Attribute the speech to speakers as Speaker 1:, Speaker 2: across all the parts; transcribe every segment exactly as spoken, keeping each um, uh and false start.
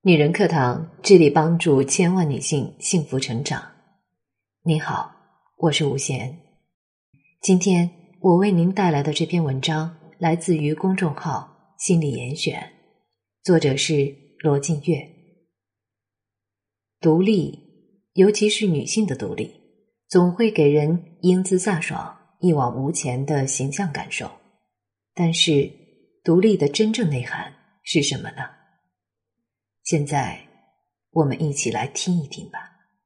Speaker 1: 女人课堂致力帮助千万女性幸福成长。你好，我是吴贤。今天我为您带来的这篇文章来自于公众号心理严选，作者是罗静月。独立，尤其是女性的独立，总会给人英姿飒爽、一往无前的形象感受。但是，独立的真正内涵是什么呢？现在，我们一起来听一听吧。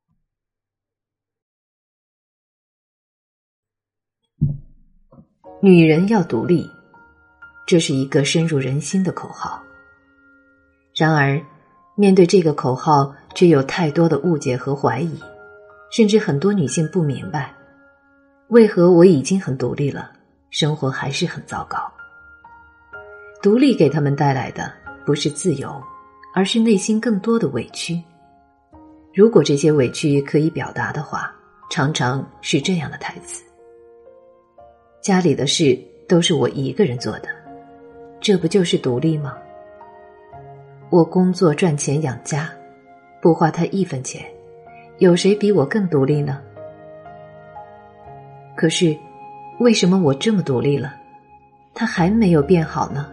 Speaker 1: 女人要独立，这是一个深入人心的口号。然而，面对这个口号，却有太多的误解和怀疑，甚至很多女性不明白，为何我已经很独立了，生活还是很糟糕。独立给他们带来的不是自由，而是内心更多的委屈。如果这些委屈可以表达的话，常常是这样的台词：家里的事都是我一个人做的，这不就是独立吗？我工作赚钱养家，不花他一分钱，有谁比我更独立呢？可是，为什么我这么独立了，他还没有变好呢？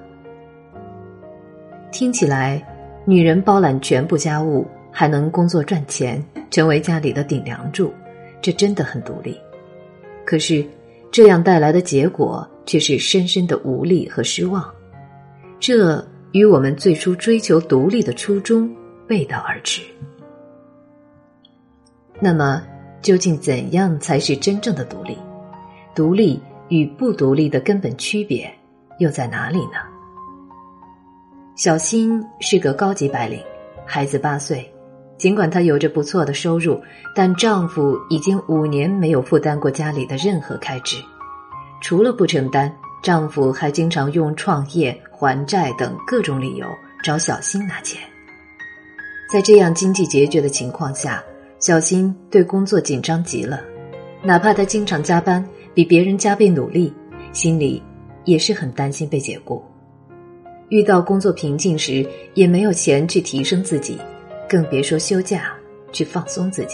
Speaker 1: 听起来，女人包揽全部家务，还能工作赚钱，成为家里的顶梁柱，这真的很独立。可是，这样带来的结果却是深深的无力和失望，这与我们最初追求独立的初衷背道而驰。那么，究竟怎样才是真正的独立？独立与不独立的根本区别又在哪里呢？小欣是个高级白领，孩子八岁。尽管她有着不错的收入，但丈夫已经五年没有负担过家里的任何开支。除了不承担，丈夫还经常用创业、还债等各种理由找小欣拿钱。在这样经济拮据的情况下，小欣对工作紧张极了，哪怕她经常加班，比别人加倍努力，心里也是很担心被解雇。遇到工作瓶颈时，也没有钱去提升自己，更别说休假去放松自己。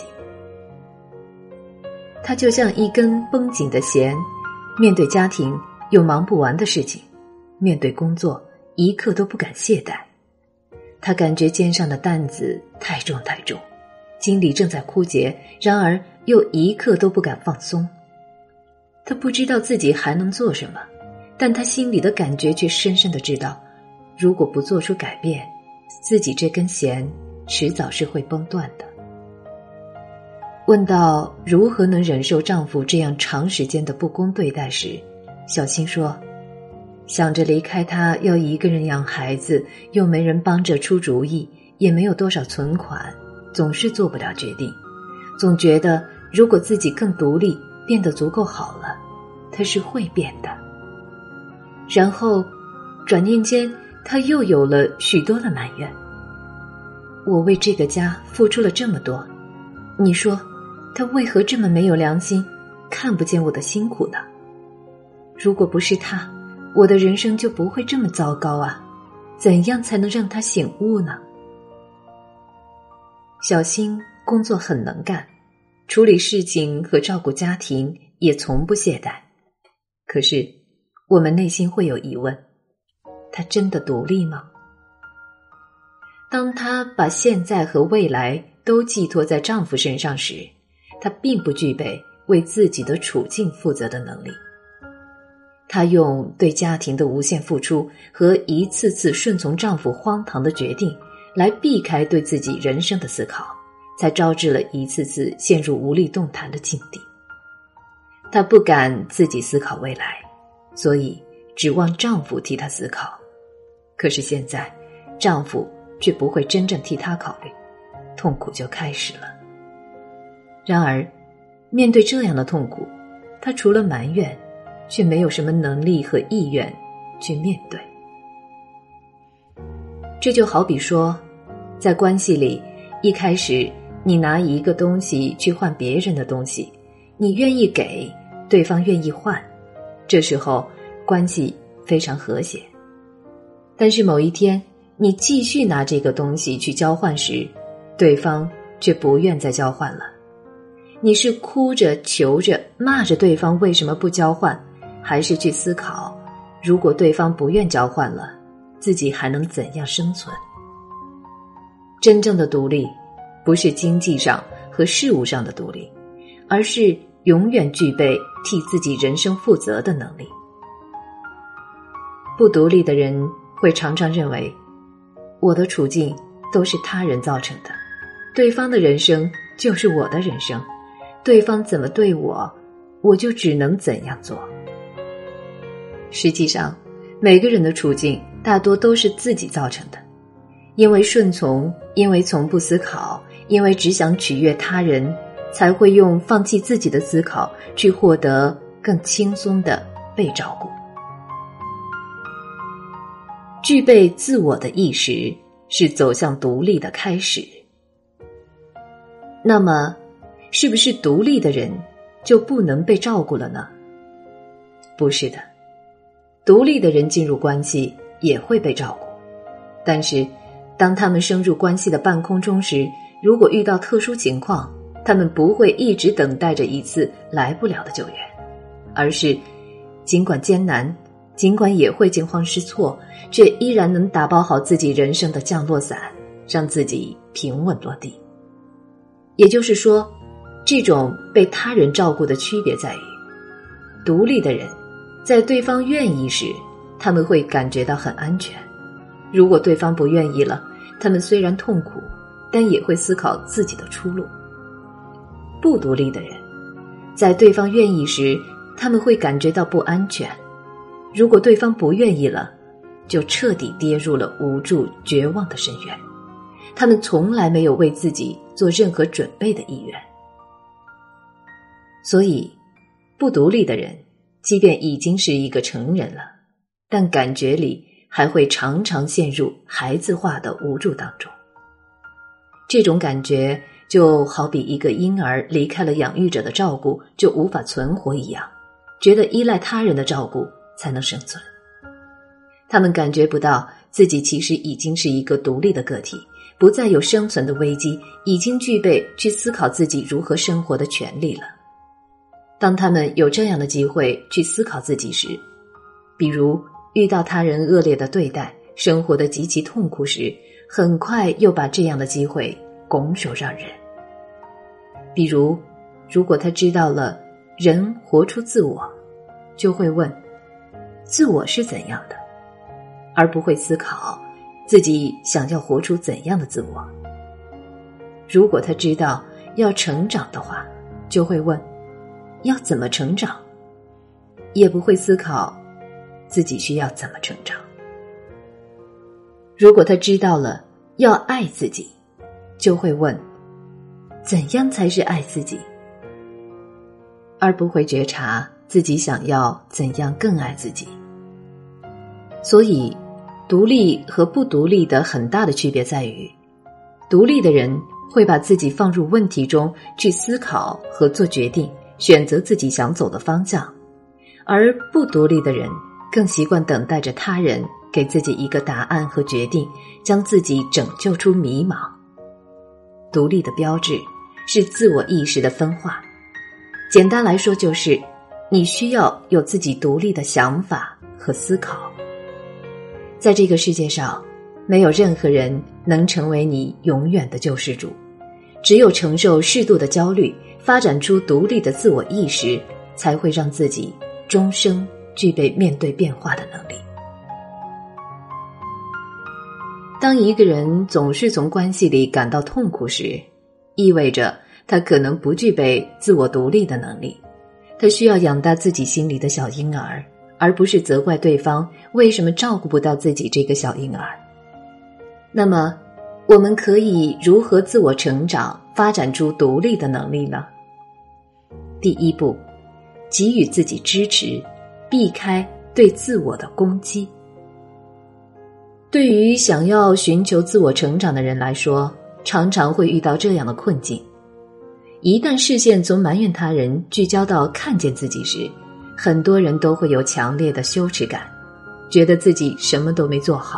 Speaker 1: 她就像一根绷紧的弦，面对家庭有忙不完的事情，面对工作一刻都不敢懈怠。她感觉肩上的担子太重太重，精力正在枯竭，然而又一刻都不敢放松。她不知道自己还能做什么，但她心里的感觉却深深地知道，如果不做出改变，自己这根弦迟早是会崩断的。问到如何能忍受丈夫这样长时间的不公对待时，小欣说，想着离开他要一个人养孩子，又没人帮着出主意，也没有多少存款，总是做不了决定，总觉得如果自己更独立，变得足够好了，他是会变的。然后转念间，他又有了许多的埋怨。我为这个家付出了这么多，你说他为何这么没有良心，看不见我的辛苦呢？如果不是他，我的人生就不会这么糟糕啊！怎样才能让他醒悟呢？小欣工作很能干，处理事情和照顾家庭也从不懈怠。可是，我们内心会有疑问，她真的独立吗？当她把现在和未来都寄托在丈夫身上时，她并不具备为自己的处境负责的能力。她用对家庭的无限付出和一次次顺从丈夫荒唐的决定来避开对自己人生的思考，才招致了一次次陷入无力动弹的境地。她不敢自己思考未来，所以指望丈夫替她思考。可是现在，丈夫却不会真正替她考虑，痛苦就开始了。然而，面对这样的痛苦，她除了埋怨，却没有什么能力和意愿去面对。这就好比说，在关系里，一开始你拿一个东西去换别人的东西，你愿意给，对方愿意换，这时候关系非常和谐。但是某一天， 你继续拿这个东西去交换时，对方却不愿再交换了。你是哭着求着骂着对方为什么不交换，还是去思考如果对方不愿交换了，自己还能怎样生存？真正的独立不是经济上和事务上的独立，而是永远具备替自己人生负责的能力。不独立的人会常常认为，我的处境都是他人造成的，对方的人生就是我的人生，对方怎么对我，我就只能怎样做。实际上，每个人的处境大多都是自己造成的，因为顺从，因为从不思考，因为只想取悦他人，才会用放弃自己的思考去获得更轻松的被照顾。具备自我的意识是走向独立的开始。那么，是不是独立的人就不能被照顾了呢？不是的，独立的人进入关系也会被照顾，但是当他们升入关系的半空中时，如果遇到特殊情况，他们不会一直等待着一次来不了的救援，而是尽管艰难，尽管也会惊慌失措，却依然能打包好自己人生的降落伞，让自己平稳落地。也就是说，这种被他人照顾的区别在于，独立的人在对方愿意时，他们会感觉到很安全，如果对方不愿意了，他们虽然痛苦，但也会思考自己的出路。不独立的人在对方愿意时，他们会感觉到不安全，如果对方不愿意了，就彻底跌入了无助绝望的深渊，他们从来没有为自己做任何准备的意愿。所以不独立的人即便已经是一个成人了，但感觉里还会常常陷入孩子化的无助当中。这种感觉就好比一个婴儿离开了养育者的照顾就无法存活一样，觉得依赖他人的照顾才能生存。他们感觉不到自己其实已经是一个独立的个体，不再有生存的危机，已经具备去思考自己如何生活的权利了。当他们有这样的机会去思考自己时，比如遇到他人恶劣的对待，生活的极其痛苦时，很快又把这样的机会拱手让人。比如如果他知道了人活出自我，就会问自我是怎样的，而不会思考自己想要活出怎样的自我。如果他知道要成长的话，就会问要怎么成长，也不会思考自己需要怎么成长。如果他知道了要爱自己，就会问怎样才是爱自己，而不会觉察自己想要怎样更爱自己。所以独立和不独立的很大的区别在于，独立的人会把自己放入问题中去思考和做决定，选择自己想走的方向，而不独立的人更习惯等待着他人给自己一个答案和决定，将自己拯救出迷茫。独立的标志是自我意识的分化，简单来说就是你需要有自己独立的想法和思考。在这个世界上，没有任何人能成为你永远的救世主，只有承受适度的焦虑，发展出独立的自我意识，才会让自己终生具备面对变化的能力。当一个人总是从关系里感到痛苦时，意味着他可能不具备自我独立的能力，他需要养大自己心里的小婴儿，而不是责怪对方为什么照顾不到自己这个小婴儿。那么我们可以如何自我成长，发展出独立的能力呢？第一步，给予自己支持，避开对自我的攻击。对于想要寻求自我成长的人来说，常常会遇到这样的困境。一旦视线从埋怨他人聚焦到看见自己时，很多人都会有强烈的羞耻感，觉得自己什么都没做好，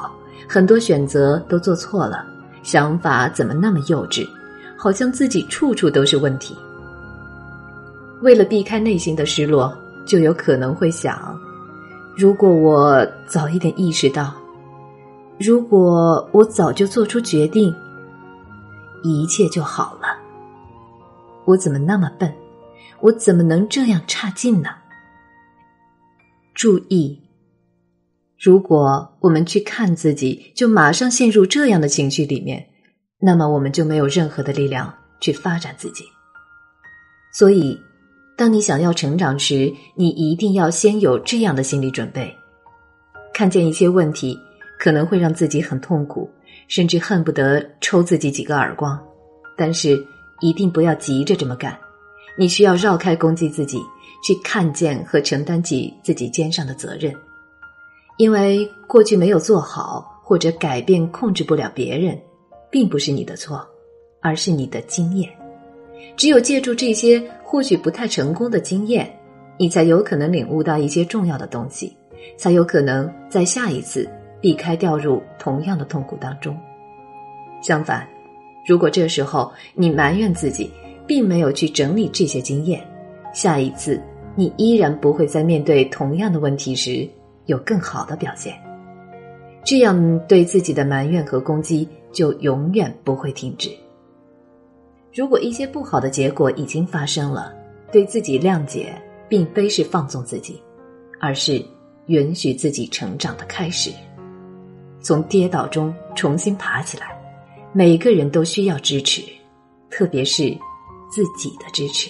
Speaker 1: 很多选择都做错了，想法怎么那么幼稚，好像自己处处都是问题。为了避开内心的失落，就有可能会想，如果我早一点意识到，如果我早就做出决定，一切就好了。我怎么那么笨？我怎么能这样差劲呢？注意，如果我们去看自己，就马上陷入这样的情绪里面，那么我们就没有任何的力量去发展自己。所以，当你想要成长时，你一定要先有这样的心理准备。看见一些问题，可能会让自己很痛苦，甚至恨不得抽自己几个耳光，但是一定不要急着这么干。你需要绕开攻击自己，去看见和承担起自己肩上的责任。因为过去没有做好，或者改变控制不了别人，并不是你的错，而是你的经验。只有借助这些或许不太成功的经验，你才有可能领悟到一些重要的东西，才有可能在下一次避开掉入同样的痛苦当中。相反，如果这时候你埋怨自己并没有去整理这些经验，下一次你依然不会在面对同样的问题时有更好的表现。这样对自己的埋怨和攻击就永远不会停止。如果一些不好的结果已经发生了，对自己谅解并非是放纵自己，而是允许自己成长的开始。从跌倒中重新爬起来，每个人都需要支持，特别是自己的支持。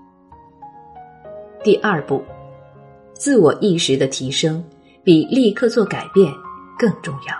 Speaker 1: 第二步，自我意识的提升比立刻做改变更重要。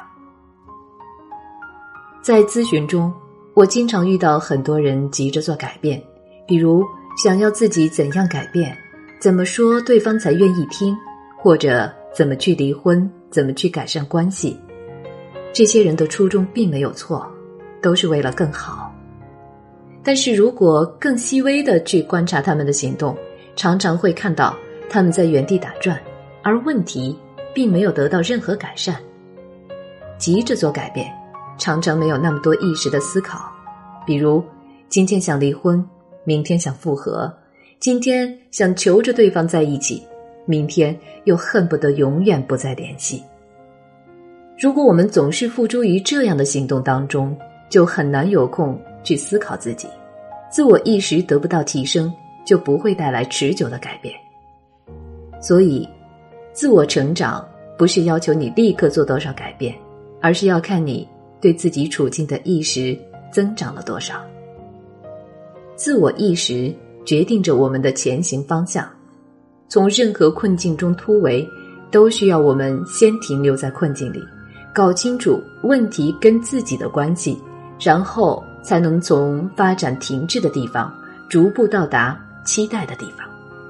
Speaker 1: 在咨询中，我经常遇到很多人急着做改变，比如想要自己怎样改变，怎么说对方才愿意听，或者怎么去离婚，怎么去改善关系。这些人的初衷并没有错，都是为了更好。但是如果更细微地去观察他们的行动，常常会看到他们在原地打转，而问题并没有得到任何改善。急着做改变，常常没有那么多意识的思考，比如今天想离婚，明天想复合，今天想求着对方在一起，明天又恨不得永远不再联系。如果我们总是付诸于这样的行动当中，就很难有空去思考自己，自我意识得不到提升，就不会带来持久的改变。所以，自我成长不是要求你立刻做多少改变，而是要看你对自己处境的意识增长了多少。自我意识决定着我们的前行方向，从任何困境中突围，都需要我们先停留在困境里，搞清楚问题跟自己的关系，然后才能从发展停滞的地方逐步到达期待的地方。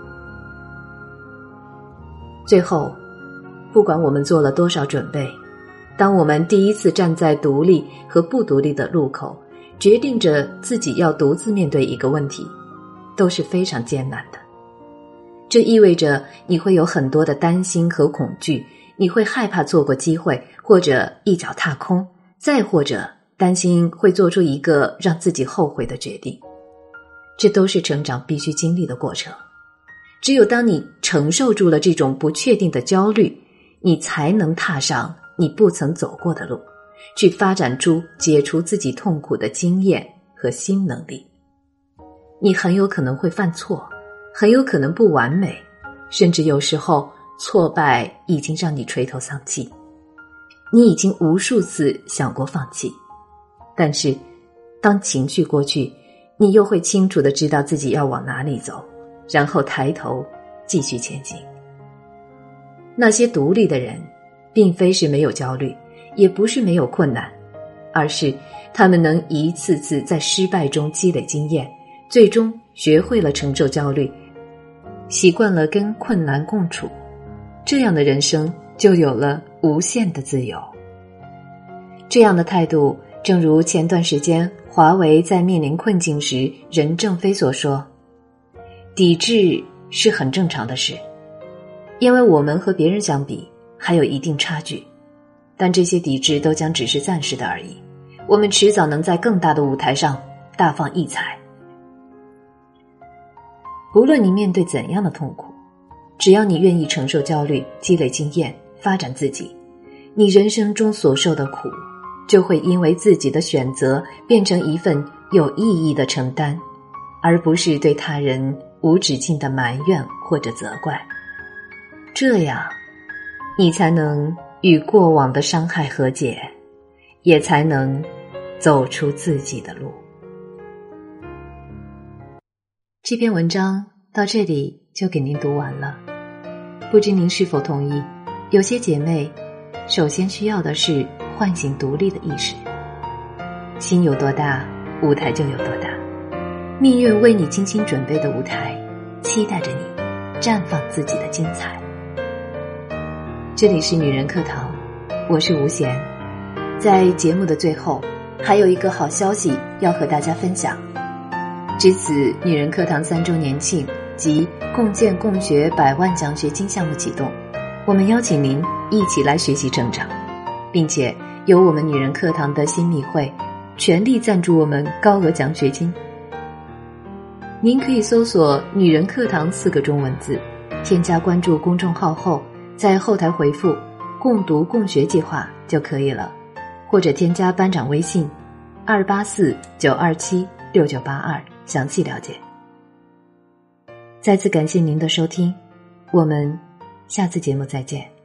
Speaker 1: 最后，不管我们做了多少准备，当我们第一次站在独立和不独立的路口，决定着自己要独自面对一个问题，都是非常艰难的。这意味着你会有很多的担心和恐惧，你会害怕错过机会，或者一脚踏空，再或者担心会做出一个让自己后悔的决定。这都是成长必须经历的过程。只有当你承受住了这种不确定的焦虑，你才能踏上你不曾走过的路，去发展出解除自己痛苦的经验和新能力。你很有可能会犯错，很有可能不完美，甚至有时候挫败已经让你垂头丧气。你已经无数次想过放弃，但是当情绪过去，你又会清楚地知道自己要往哪里走，然后抬头继续前行。那些独立的人并非是没有焦虑，也不是没有困难，而是他们能一次次在失败中积累经验，最终学会了承受焦虑，习惯了跟困难共处，这样的人生就有了无限的自由。这样的态度，正如前段时间华为在面临困境时任正非所说，抵制是很正常的事，因为我们和别人相比还有一定差距， 但这些抵制都将只是暂时的而已，我们迟早能在更大的舞台上大放异彩。不论你面对怎样的痛苦，只要你愿意承受焦虑，积累经验，发展自己，你人生中所受的苦就会因为自己的选择变成一份有意义的承担，而不是对他人无止境的埋怨或者责怪。这样你才能与过往的伤害和解，也才能走出自己的路。这篇文章到这里就给您读完了，不知您是否同意，有些姐妹首先需要的是唤醒独立的意识。心有多大，舞台就有多大，命运为你精心准备的舞台，期待着你绽放自己的精彩。这里是女人课堂，我是吴贤。在节目的最后，还有一个好消息要和大家分享。值此女人课堂三周年庆及共建共学百万奖学金项目启动，我们邀请您一起来学习成长，并且由我们女人课堂的新密会全力赞助我们高额奖学金。您可以搜索女人课堂四个中文字，添加关注公众号后，在后台回复共读共学计划就可以了，或者添加班长微信二八四九二七六九八二详细了解。再次感谢您的收听，我们下次节目再见。